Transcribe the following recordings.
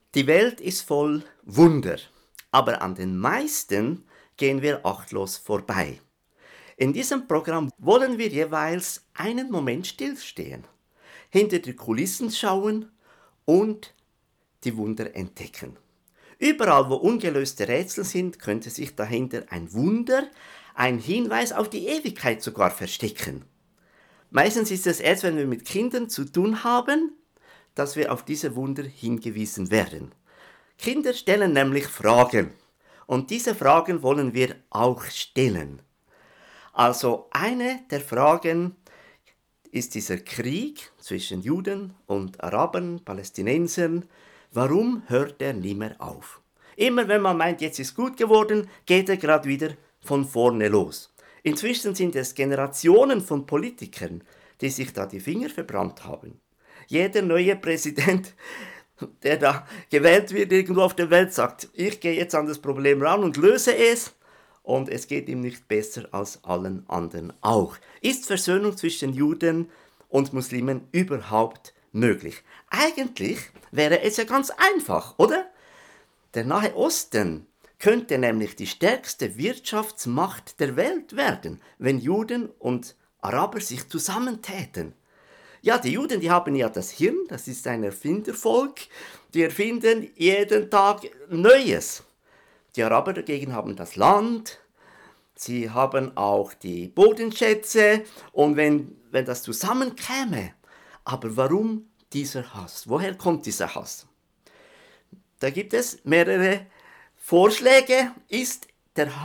Die Welt ist voll Wunder, aber an den meisten gehen wir achtlos vorbei. In diesem Programm wollen wir jeweils einen Moment stillstehen, hinter die Kulissen schauen und die Wunder entdecken. Überall, wo ungelöste Rätsel sind, könnte sich dahinter ein Wunder, ein Hinweis auf die Ewigkeit sogar verstecken. Meistens ist es erst, wenn wir mit Kindern zu tun haben, dass wir auf diese Wunder hingewiesen werden. Kinder stellen nämlich Fragen und diese Fragen wollen wir auch stellen. Also eine der Fragen ist dieser Krieg zwischen Juden und Arabern, Palästinensern. Warum hört er nie mehr auf? Immer wenn man meint, jetzt ist gut geworden, geht er gerade wieder von vorne los. Inzwischen sind es Generationen von Politikern, die sich da die Finger verbrannt haben. Jeder neue Präsident, der da gewählt wird irgendwo auf der Welt, sagt, ich gehe jetzt an das Problem ran und löse es. Und es geht ihm nicht besser als allen anderen auch. Ist Versöhnung zwischen Juden und Muslimen überhaupt möglich? Eigentlich wäre es ja ganz einfach, oder? Der Nahe Osten könnte nämlich die stärkste Wirtschaftsmacht der Welt werden, wenn Juden und Araber sich zusammentäten. Ja, die Juden, die haben ja das Hirn, das ist ein Erfindervolk, die erfinden jeden Tag Neues. Die Araber dagegen haben das Land, sie haben auch die Bodenschätze und wenn das zusammenkäme. Aber warum dieser Hass? Woher kommt dieser Hass? Da gibt es mehrere Vorschläge. Ist der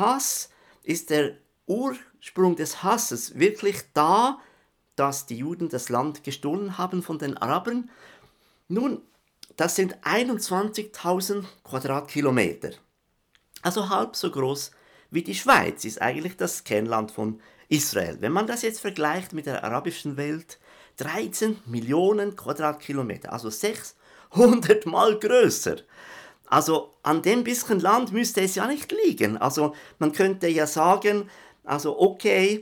Ursprung des Hasses wirklich da, dass die Juden das Land gestohlen haben von den Arabern? Nun, das sind 21.000 Quadratkilometer. Also halb so groß wie die Schweiz ist eigentlich das Kernland von Israel. Wenn man das jetzt vergleicht mit der arabischen Welt, 13 Millionen Quadratkilometer, also 600 Mal größer. Also an dem bisschen Land müsste es ja nicht liegen. Also man könnte ja sagen, also okay,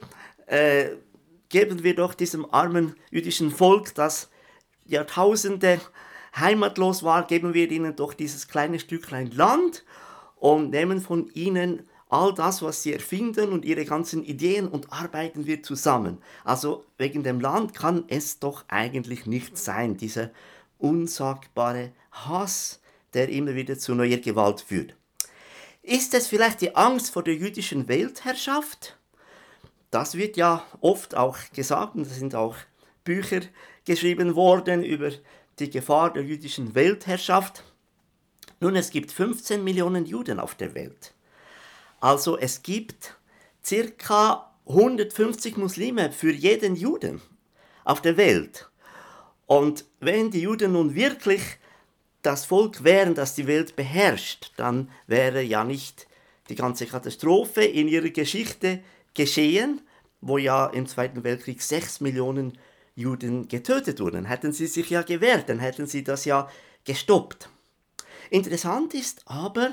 geben wir doch diesem armen jüdischen Volk, das Jahrtausende heimatlos war, geben wir ihnen doch dieses kleine Stücklein Land und nehmen von ihnen all das, was sie erfinden und ihre ganzen Ideen und arbeiten wir zusammen. Also wegen dem Land kann es doch eigentlich nicht sein, dieser unsagbare Hass, der immer wieder zu neuer Gewalt führt. Ist es vielleicht die Angst vor der jüdischen Weltherrschaft? Das wird ja oft auch gesagt und es sind auch Bücher geschrieben worden über die Gefahr der jüdischen Weltherrschaft. Nun, es gibt 15 Millionen Juden auf der Welt. Also es gibt ca. 150 Muslime für jeden Juden auf der Welt. Und wenn die Juden nun wirklich das Volk wären, das die Welt beherrscht, dann wäre ja nicht die ganze Katastrophe in ihrer Geschichte geschehen, wo ja im Zweiten Weltkrieg 6 Millionen Juden getötet wurden. Hätten sie sich ja gewehrt, dann hätten sie das ja gestoppt. Interessant ist aber,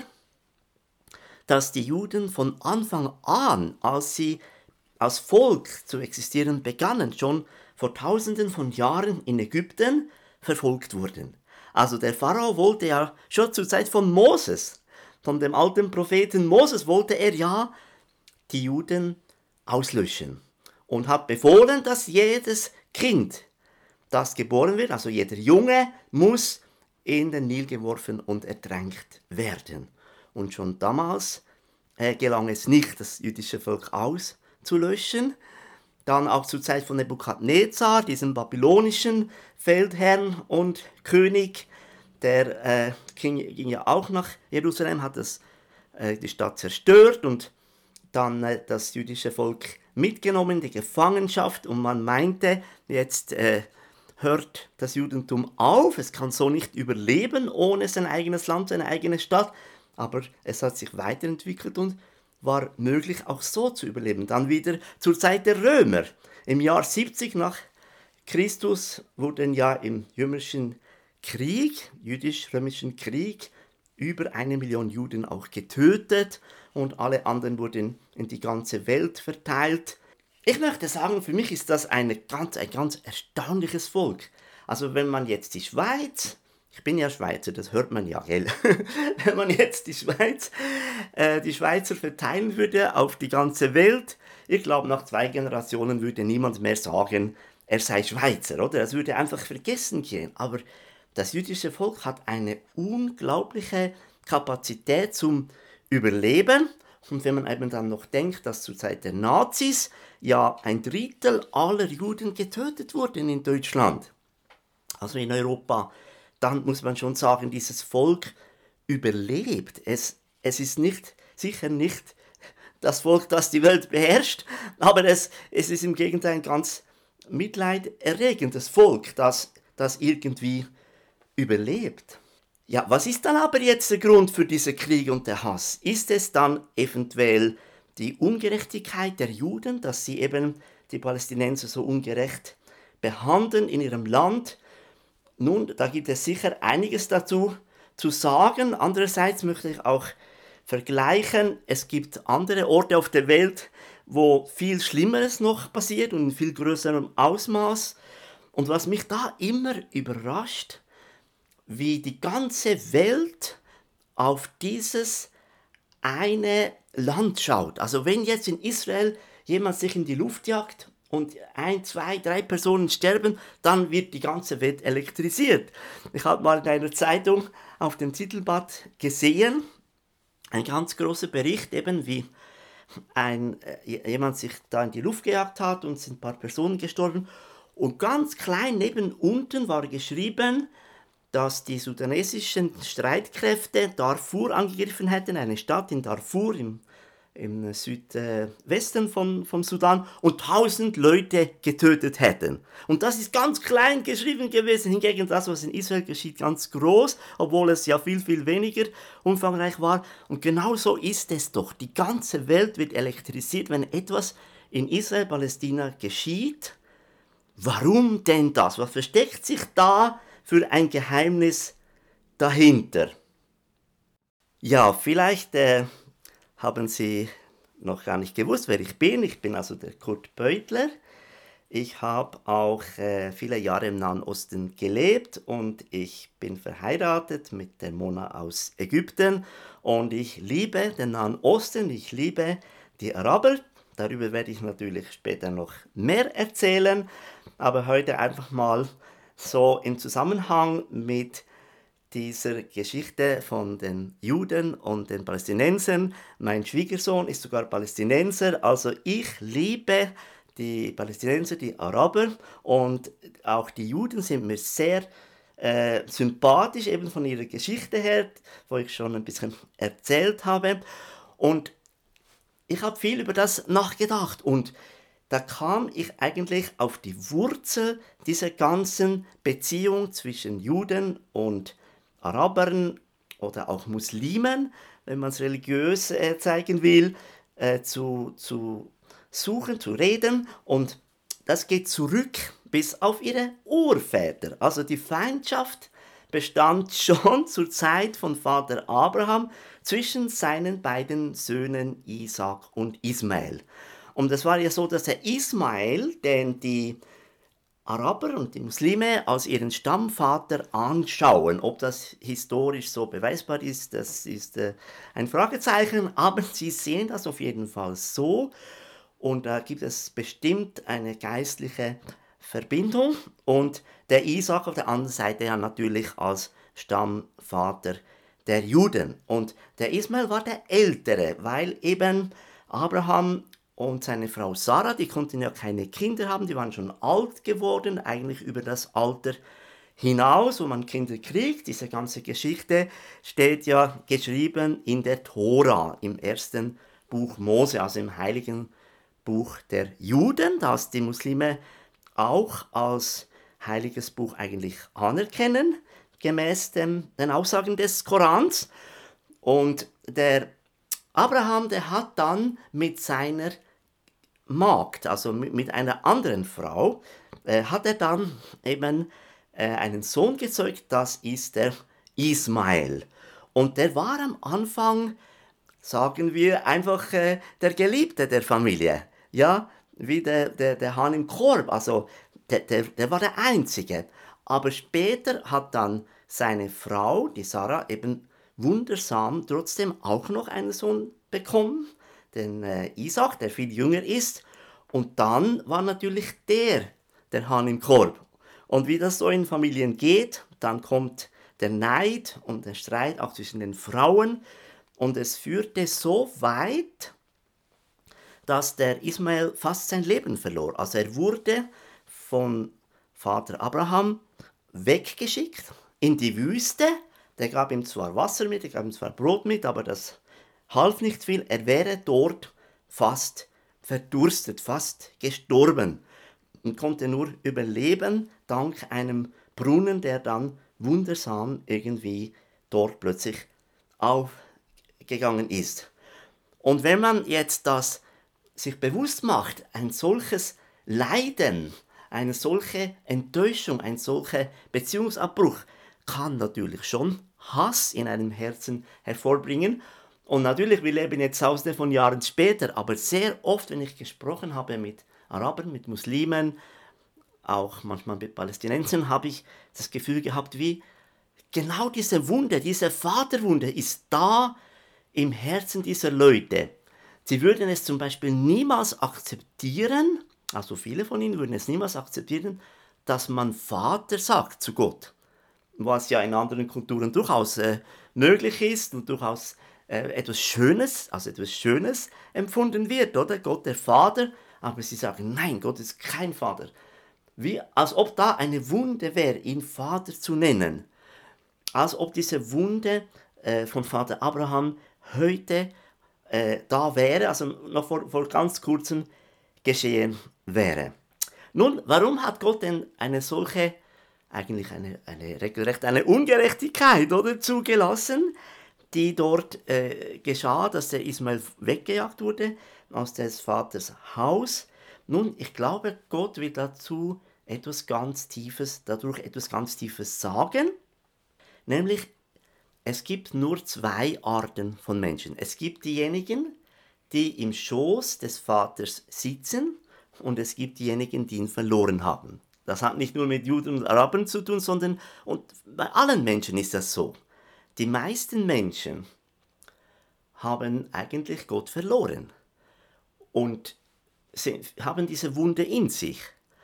dass die Juden von Anfang an, als sie als Volk zu existieren begannen, schon vor Tausenden von Jahren in Ägypten verfolgt wurden. Also der Pharao wollte ja schon zur Zeit von Moses, von dem alten Propheten Moses, wollte er ja die Juden auslöschen und hat befohlen, dass jedes Kind, das geboren wird, also jeder Junge, muss in den Nil geworfen und ertränkt werden. Und schon damals gelang es nicht, das jüdische Volk auszulöschen. Dann auch zur Zeit von Nebukadnezar, diesem babylonischen Feldherrn und König, der ging ja auch nach Jerusalem, hat die Stadt zerstört und dann das jüdische Volk mitgenommen in die Gefangenschaft und man meinte, jetzt hört das Judentum auf, es kann so nicht überleben ohne sein eigenes Land, seine eigene Stadt, aber es hat sich weiterentwickelt und war möglich auch so zu überleben. Dann wieder zur Zeit der Römer. Im Jahr 70 nach Christus wurden ja im jüdischen jüdisch-römischen Krieg, über 1 Million Juden auch getötet und alle anderen wurden in die ganze Welt verteilt. Ich möchte sagen, für mich ist das ein ganz erstaunliches Volk. Also wenn man jetzt die Schweiz Ich bin ja Schweizer, das hört man ja, gell? Wenn man jetzt die Schweizer verteilen würde auf die ganze Welt, ich glaube, nach 2 Generationen würde niemand mehr sagen, er sei Schweizer, oder? Das würde einfach vergessen gehen. Aber das jüdische Volk hat eine unglaubliche Kapazität zum Überleben. Und wenn man eben dann noch denkt, dass zur Zeit der Nazis ja 1/3 aller Juden getötet wurden in Deutschland, also in Europa, dann muss man schon sagen, dieses Volk überlebt. Es ist sicher nicht das Volk, das die Welt beherrscht, aber es ist im Gegenteil ein ganz mitleiderregendes Volk, das irgendwie überlebt. Ja, was ist dann aber jetzt der Grund für diesen Krieg und der Hass? Ist es dann eventuell die Ungerechtigkeit der Juden, dass sie eben die Palästinenser so ungerecht behandeln in ihrem Land? Nun, da gibt es sicher einiges dazu zu sagen. Andererseits möchte ich auch vergleichen, es gibt andere Orte auf der Welt, wo viel Schlimmeres noch passiert und in viel größerem Ausmaß. Und was mich da immer überrascht, wie die ganze Welt auf dieses eine Land schaut. Also wenn jetzt in Israel jemand sich in die Luft jagt und 1, 2, 3 Personen sterben, dann wird die ganze Welt elektrisiert. Ich habe mal in einer Zeitung auf dem Titelblatt gesehen, ein ganz großer Bericht, eben wie jemand sich da in die Luft gejagt hat und sind ein paar Personen gestorben. Und ganz klein neben unten war geschrieben, dass die sudanesischen Streitkräfte Darfur angegriffen hätten, eine Stadt in Darfur im Südwesten vom Sudan, und 1000 Leute getötet hätten. Und das ist ganz klein geschrieben gewesen, hingegen das, was in Israel geschieht, ganz groß, obwohl es ja viel, viel weniger umfangreich war. Und genau so ist es doch. Die ganze Welt wird elektrisiert, wenn etwas in Israel, Palästina geschieht. Warum denn das? Was versteckt sich da für ein Geheimnis dahinter? Ja, vielleicht haben Sie noch gar nicht gewusst, wer ich bin. Ich bin also der Kurt Beutler. Ich habe auch viele Jahre im Nahen Osten gelebt und ich bin verheiratet mit der Mona aus Ägypten. Und ich liebe den Nahen Osten, ich liebe die Araber. Darüber werde ich natürlich später noch mehr erzählen, aber heute einfach mal so im Zusammenhang mit dieser Geschichte von den Juden und den Palästinensern. Mein Schwiegersohn ist sogar Palästinenser, also ich liebe die Palästinenser, die Araber, und auch die Juden sind mir sehr sympathisch, eben von ihrer Geschichte her, wo ich schon ein bisschen erzählt habe. Und ich habe viel über das nachgedacht und da kam ich eigentlich auf die Wurzel dieser ganzen Beziehung zwischen Juden und Arabern oder auch Muslimen, wenn man es religiös zeigen will, zu suchen, zu reden. Und das geht zurück bis auf ihre Urväter. Also die Feindschaft bestand schon zur Zeit von Vater Abraham zwischen seinen beiden Söhnen Isaac und Ismael. Und es war ja so, dass der Ismael, den die Araber und die Muslime als ihren Stammvater anschauen. Ob das historisch so beweisbar ist, das ist ein Fragezeichen, aber sie sehen das auf jeden Fall so. Und da gibt es bestimmt eine geistliche Verbindung. Und der Isaac auf der anderen Seite ja natürlich als Stammvater der Juden. Und der Ismael war der Ältere, weil eben Abraham und seine Frau Sarah, die konnten ja keine Kinder haben, die waren schon alt geworden, eigentlich über das Alter hinaus, wo man Kinder kriegt. Diese ganze Geschichte steht ja geschrieben in der Tora, im ersten Buch Mose, also im heiligen Buch der Juden, das die Muslime auch als heiliges Buch eigentlich anerkennen, gemäß den Aussagen des Korans. Und der Abraham, der hat dann mit seiner Magd, also mit einer anderen Frau, hat er dann eben einen Sohn gezeugt, das ist der Ismael. Und der war am Anfang, sagen wir, einfach der Geliebte der Familie. Ja, wie der Hahn im Korb, also der war der Einzige. Aber später hat dann seine Frau, die Sarah, eben wundersam trotzdem auch noch einen Sohn bekommen, den Isaac, der viel jünger ist. Und dann war natürlich der Hahn im Korb. Und wie das so in Familien geht, dann kommt der Neid und der Streit auch zwischen den Frauen. Und es führte so weit, dass der Ismael fast sein Leben verlor. Also er wurde von Vater Abraham weggeschickt in die Wüste. Der gab ihm zwar Wasser mit, der gab ihm zwar Brot mit, aber das half nicht viel. Er wäre dort fast verdurstet, fast gestorben und konnte nur überleben dank einem Brunnen, der dann wundersam irgendwie dort plötzlich aufgegangen ist. Und wenn man jetzt das sich bewusst macht, ein solches Leiden, eine solche Enttäuschung, ein solcher Beziehungsabbruch kann natürlich schon Hass in einem Herzen hervorbringen. Und natürlich, wir leben jetzt tausende von Jahren später, aber sehr oft, wenn ich gesprochen habe mit Arabern, mit Muslimen, auch manchmal mit Palästinensern, habe ich das Gefühl gehabt, wie genau diese Wunde, diese Vaterwunde ist da im Herzen dieser Leute. Sie würden es zum Beispiel niemals akzeptieren, also viele von ihnen würden es niemals akzeptieren, dass man Vater sagt zu Gott, was ja in anderen Kulturen durchaus möglich ist und durchaus etwas Schönes empfunden wird, oder? Gott der Vater, aber sie sagen, nein, Gott ist kein Vater. Wie, als ob da eine Wunde wäre, ihn Vater zu nennen. Als ob diese Wunde von Vater Abraham heute da wäre, also noch vor ganz kurzem geschehen wäre. Nun, warum hat Gott denn eine solche, eigentlich regelrecht eine Ungerechtigkeit, oder, zugelassen, die dort geschah, dass der Ismael weggejagt wurde aus des Vaters Haus? Nun, ich glaube, Gott will dadurch etwas ganz Tiefes sagen, nämlich es gibt nur zwei Arten von Menschen. Es gibt diejenigen, die im Schoß des Vaters sitzen, und es gibt diejenigen, die ihn verloren haben. Das hat nicht nur mit Juden und Arabern zu tun, sondern und bei allen Menschen ist das so. Die meisten Menschen haben eigentlich Gott verloren und haben diese Wunde in sich.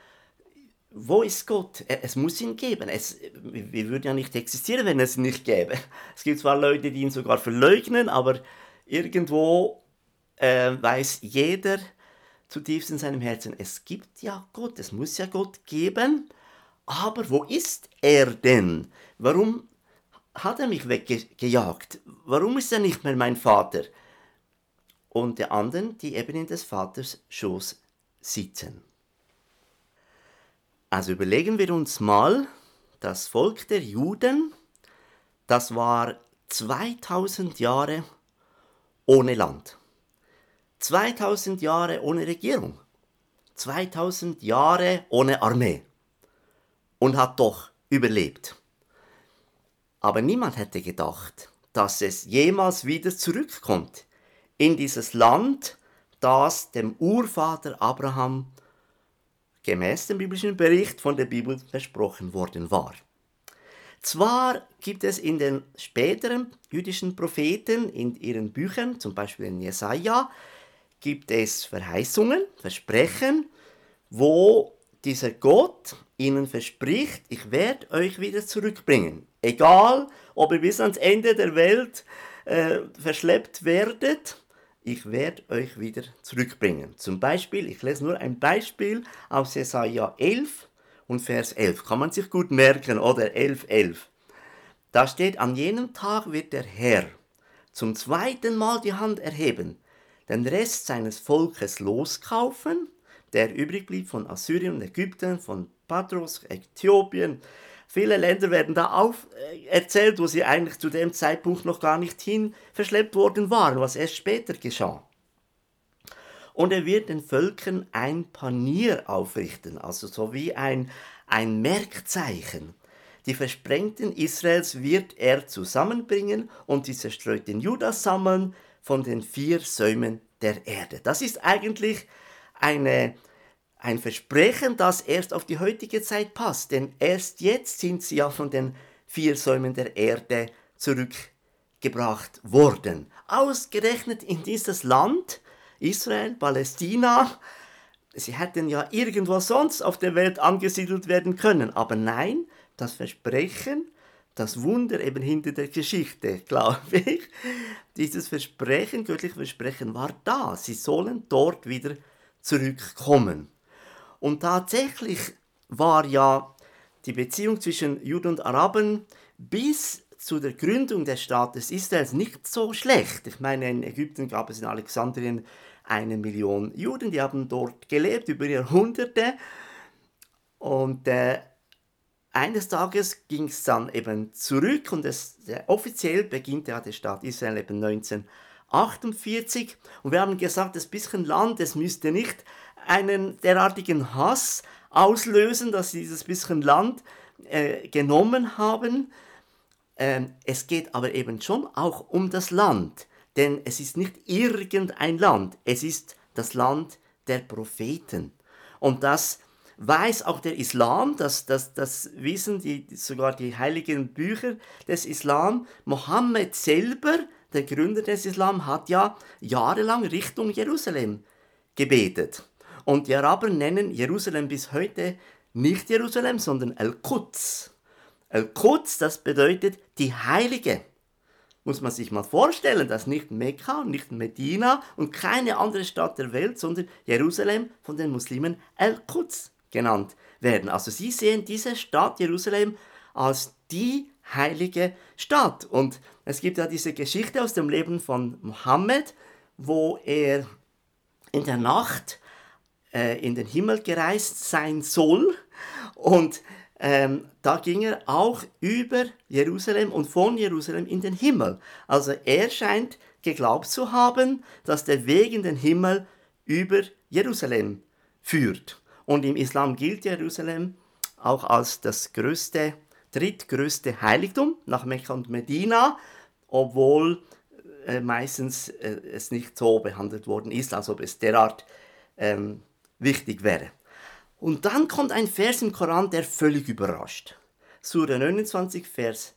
Wo ist Gott? Es muss ihn geben. Wir würden ja nicht existieren, wenn es ihn nicht gäbe. Es gibt zwar Leute, die ihn sogar verleugnen, aber irgendwo weiß jeder zutiefst in seinem Herzen, es gibt ja Gott, es muss ja Gott geben, aber wo ist er denn? Warum hat er mich weggejagt? Warum ist er nicht mehr mein Vater? Und die anderen, die eben in des Vaters Schoß sitzen. Also überlegen wir uns mal, das Volk der Juden, das war 2000 Jahre ohne Land. 2000 Jahre ohne Regierung. 2000 Jahre ohne Armee. Und hat doch überlebt. Aber niemand hätte gedacht, dass es jemals wieder zurückkommt in dieses Land, das dem Urvater Abraham gemäß dem biblischen Bericht von der Bibel versprochen worden war. Zwar gibt es in den späteren jüdischen Propheten in ihren Büchern, zum Beispiel in Jesaja, gibt es Verheißungen, Versprechen, wo dieser Gott ihnen verspricht, ich werde euch wieder zurückbringen. Egal, ob ihr bis ans Ende der Welt verschleppt werdet, ich werde euch wieder zurückbringen. Zum Beispiel, ich lese nur ein Beispiel aus Jesaja 11 und Vers 11. Kann man sich gut merken, oder? 11,11. Da steht, an jenem Tag wird der Herr zum zweiten Mal die Hand erheben, den Rest seines Volkes loskaufen, der übrig blieb von Assyrien und Ägypten, von Patros, Äthiopien. Viele Länder werden da erzählt, wo sie eigentlich zu dem Zeitpunkt noch gar nicht hin verschleppt worden waren, was erst später geschah. Und er wird den Völkern ein Panier aufrichten, also so wie ein Merkzeichen. Die Versprengten Israels wird er zusammenbringen und die zerstreuten Juda sammeln von den 4 Säumen der Erde. Das ist eigentlich ein Versprechen, das erst auf die heutige Zeit passt, denn erst jetzt sind sie ja von den 4 Säumen der Erde zurückgebracht wurden. Ausgerechnet in dieses Land, Israel, Palästina. Sie hätten ja irgendwo sonst auf der Welt angesiedelt werden können, aber nein, das Versprechen, das Wunder eben hinter der Geschichte, glaube ich, dieses Versprechen, göttliche Versprechen war da. Sie sollen dort wieder zurückkommen. Und tatsächlich war ja die Beziehung zwischen Juden und Arabern bis zu der Gründung des Staates Israels nicht so schlecht. Ich meine, in Ägypten gab es in Alexandrien 1 Million Juden, die haben dort gelebt über Jahrhunderte. Und eines Tages ging es dann eben zurück und offiziell beginnt ja der Staat Israel eben 1948. Und wir haben gesagt, das bisschen Land, es müsste nicht einen derartigen Hass auslösen, dass sie dieses bisschen Land genommen haben. Es geht aber eben schon auch um das Land, denn es ist nicht irgendein Land, es ist das Land der Propheten. Und das weiß auch der Islam, das wissen sogar die heiligen Bücher des Islam. Mohammed selber, der Gründer des Islam, hat ja jahrelang Richtung Jerusalem gebetet. Und die Araber nennen Jerusalem bis heute nicht Jerusalem, sondern Al-Quds. Al-Quds, das bedeutet die Heilige. Muss man sich mal vorstellen, dass nicht Mekka, nicht Medina und keine andere Stadt der Welt, sondern Jerusalem von den Muslimen Al-Quds genannt werden. Also sie sehen diese Stadt Jerusalem als die heilige Stadt. Und es gibt ja diese Geschichte aus dem Leben von Mohammed, wo er in der Nacht in den Himmel gereist sein soll. Und da ging er auch über Jerusalem und von Jerusalem in den Himmel. Also er scheint geglaubt zu haben, dass der Weg in den Himmel über Jerusalem führt. Und im Islam gilt Jerusalem auch als das drittgrößte Heiligtum nach Mekka und Medina, obwohl meistens es nicht so behandelt worden ist, als ob es derart wichtig wäre. Und dann kommt ein Vers im Koran, der völlig überrascht. Sure 29, Vers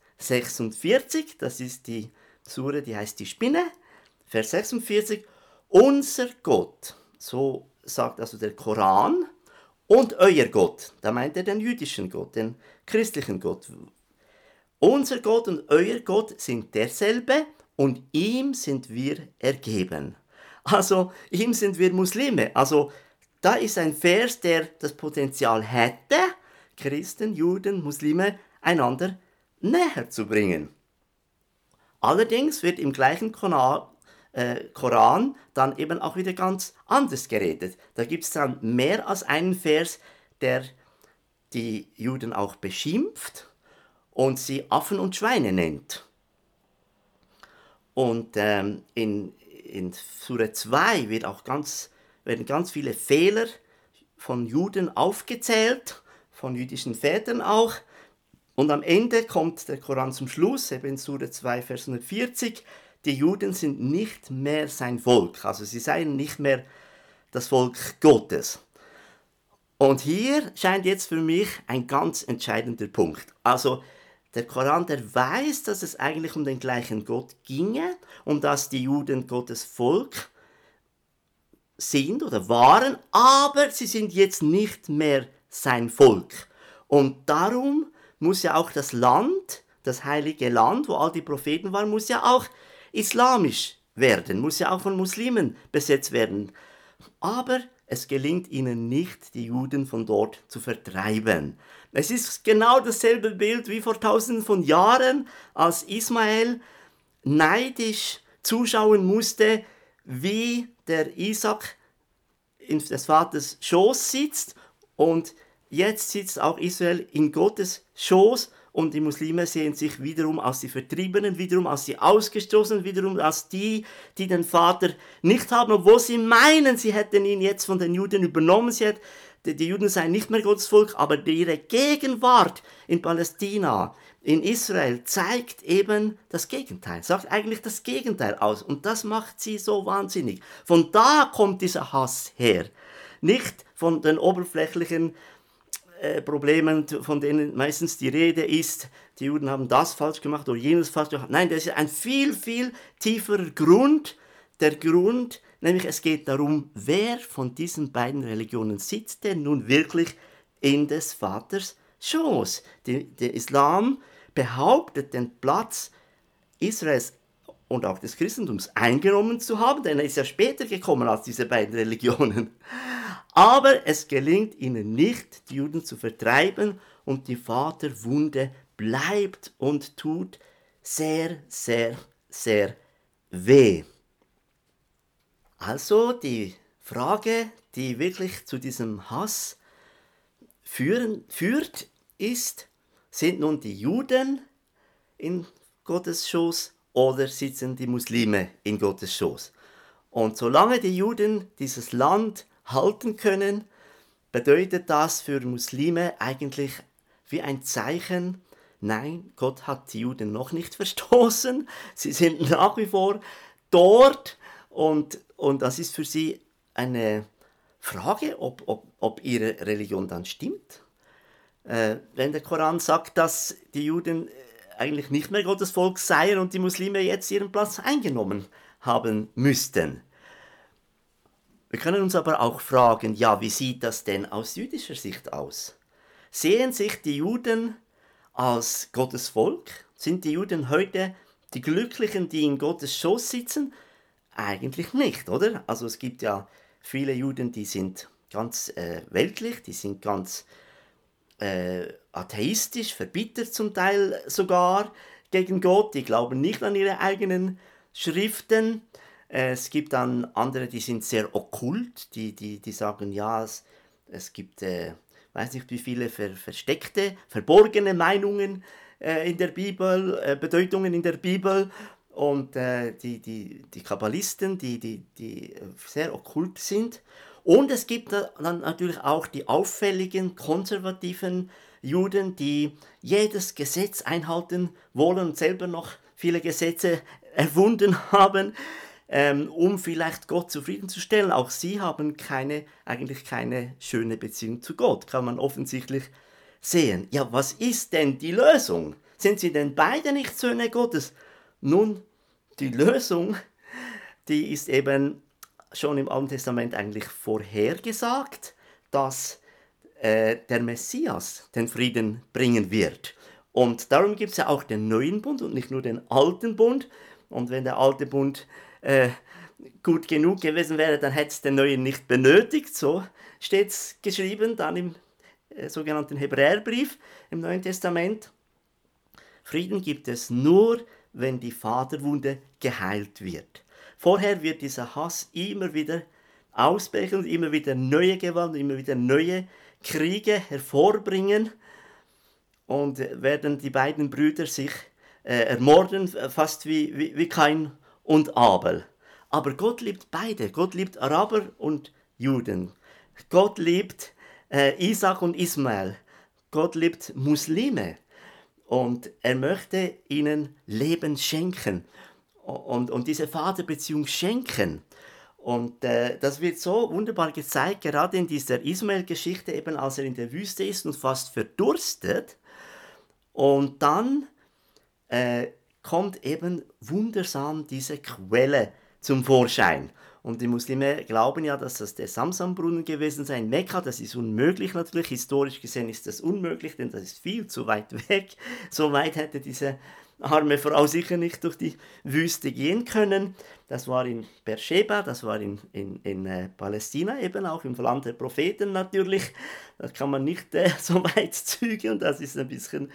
46, das ist die Sure, die heißt die Spinne. Vers 46, unser Gott, so sagt also der Koran, und euer Gott, da meint er den jüdischen Gott, den christlichen Gott. Unser Gott und euer Gott sind derselbe und ihm sind wir ergeben. Also ihm sind wir Muslime. Also da ist ein Vers, der das Potenzial hätte, Christen, Juden, Muslime einander näher zu bringen. Allerdings wird im gleichen Koran dann eben auch wieder ganz anders geredet. Da gibt es dann mehr als einen Vers, der die Juden auch beschimpft und sie Affen und Schweine nennt. Und in Sure 2 werden ganz viele Fehler von Juden aufgezählt, von jüdischen Vätern auch. Und am Ende kommt der Koran zum Schluss, eben in Sure 2, Vers 140, die Juden sind nicht mehr sein Volk, also sie seien nicht mehr das Volk Gottes. Und hier scheint jetzt für mich ein ganz entscheidender Punkt. Also der Koran, der weiß, dass es eigentlich um den gleichen Gott ginge und dass die Juden Gottes Volk sind oder waren, aber sie sind jetzt nicht mehr sein Volk. Und darum muss ja auch das Land, das heilige Land, wo all die Propheten waren, muss ja auch islamisch werden, muss ja auch von Muslimen besetzt werden. Aber es gelingt ihnen nicht, die Juden von dort zu vertreiben. Es ist genau dasselbe Bild wie vor tausenden von Jahren, als Ismael neidisch zuschauen musste, wie der Isaac in des Vaters Schoß sitzt, und jetzt sitzt auch Israel in Gottes Schoß und die Muslime sehen sich wiederum als die Vertriebenen, wiederum als die Ausgestoßenen, wiederum als die den Vater nicht haben, obwohl sie meinen, sie hätten ihn jetzt von den Juden übernommen. Die Juden seien nicht mehr Gottes Volk, aber ihre Gegenwart in Palästina, in Israel, zeigt eben das Gegenteil, sagt eigentlich das Gegenteil aus. Und das macht sie so wahnsinnig. Von da kommt dieser Hass her. Nicht von den oberflächlichen Problemen, von denen meistens die Rede ist, die Juden haben das falsch gemacht oder jenes falsch gemacht. Nein, das ist ein viel, viel tieferer Grund. Der Grund, nämlich es geht darum, wer von diesen beiden Religionen sitzt denn nun wirklich in des Vaters Schoß. Der Islam behauptet den Platz Israels und auch des Christentums eingenommen zu haben, denn er ist ja später gekommen als diese beiden Religionen. Aber es gelingt ihnen nicht, die Juden zu vertreiben und die Vaterwunde bleibt und tut sehr, sehr, sehr weh. Also die Frage, die wirklich zu diesem Hass führt, ist, sind nun die Juden in Gottes Schoß oder sitzen die Muslime in Gottes Schoß? Und solange die Juden dieses Land halten können, bedeutet das für Muslime eigentlich wie ein Zeichen, nein, Gott hat die Juden noch nicht verstoßen, sie sind nach wie vor dort und das ist für sie eine Frage, ob ihre Religion dann stimmt. Wenn der Koran sagt, dass die Juden eigentlich nicht mehr Gottes Volk seien und die Muslime jetzt ihren Platz eingenommen haben müssten. Wir können uns aber auch fragen, ja, wie sieht das denn aus jüdischer Sicht aus? Sehen sich die Juden als Gottes Volk? Sind die Juden heute die Glücklichen, die in Gottes Schoß sitzen? Eigentlich nicht, oder? Also es gibt ja viele Juden, die sind ganz weltlich, die sind ganz atheistisch, verbittert zum Teil sogar gegen Gott, die glauben nicht an ihre eigenen Schriften. Es gibt dann andere, die sind sehr okkult, die sagen, ja, es gibt, weiß nicht wie viele versteckte, verborgene Meinungen in der Bibel, Bedeutungen in der Bibel. Und die Kabbalisten, die sehr okkult sind. Und es gibt dann natürlich auch die auffälligen, konservativen Juden, die jedes Gesetz einhalten wollen und selber noch viele Gesetze erfunden haben, um vielleicht Gott zufriedenzustellen. Auch sie haben eigentlich keine schöne Beziehung zu Gott, kann man offensichtlich sehen. Ja, was ist denn die Lösung? Sind sie denn beide nicht Söhne Gottes? Nun, die Lösung, die ist eben schon im Alten Testament eigentlich vorhergesagt, dass der Messias den Frieden bringen wird. Und darum gibt es ja auch den neuen Bund und nicht nur den alten Bund. Und wenn der alte Bund gut genug gewesen wäre, dann hätte es den neuen nicht benötigt. So steht es geschrieben, dann im sogenannten Hebräerbrief im Neuen Testament. Frieden gibt es nur, wenn die Vaterwunde geheilt wird. Vorher wird dieser Hass immer wieder ausbrechen und immer wieder neue Gewalt, immer wieder neue Kriege hervorbringen und werden die beiden Brüder sich ermorden, fast wie Kain und Abel. Aber Gott liebt beide. Gott liebt Araber und Juden. Gott liebt Isaac und Ismael. Gott liebt Muslime. Und er möchte ihnen Leben schenken und diese Vaterbeziehung schenken. Und das wird so wunderbar gezeigt, gerade in dieser Ismael-Geschichte, eben als er in der Wüste ist und fast verdurstet. Und dann kommt eben wundersam diese Quelle zum Vorschein. Und die Muslime glauben ja, dass das der Samsambrunnen gewesen sei in Mekka. Das ist unmöglich natürlich. Historisch gesehen ist das unmöglich, denn das ist viel zu weit weg. So weit hätte diese arme Frau sicher nicht durch die Wüste gehen können. Das war in Beersheba, das war in Palästina eben, auch im Land der Propheten natürlich. Das kann man nicht so weit zügeln, das ist ein bisschen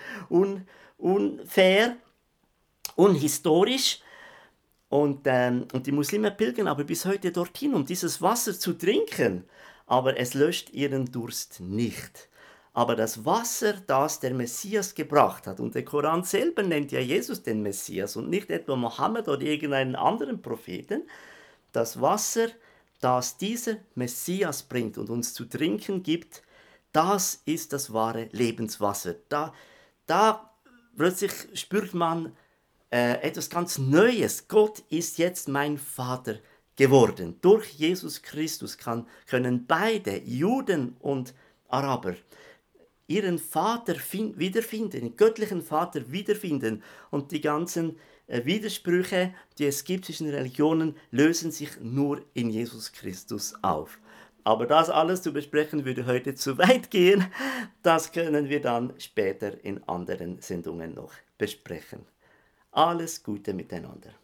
unfair, unhistorisch. Und die Muslime pilgern aber bis heute dorthin, um dieses Wasser zu trinken. Aber es löscht ihren Durst nicht. Aber das Wasser, das der Messias gebracht hat, und der Koran selber nennt ja Jesus den Messias und nicht etwa Mohammed oder irgendeinen anderen Propheten, das Wasser, das dieser Messias bringt und uns zu trinken gibt, das ist das wahre Lebenswasser. Da plötzlich spürt man etwas ganz Neues. Gott ist jetzt mein Vater geworden. Durch Jesus Christus können beide, Juden und Araber, ihren Vater wiederfinden, den göttlichen Vater wiederfinden. Und die ganzen Widersprüche, die es gibt zwischen Religionen, lösen sich nur in Jesus Christus auf. Aber das alles zu besprechen würde heute zu weit gehen. Das können wir dann später in anderen Sendungen noch besprechen. Alles Gute miteinander.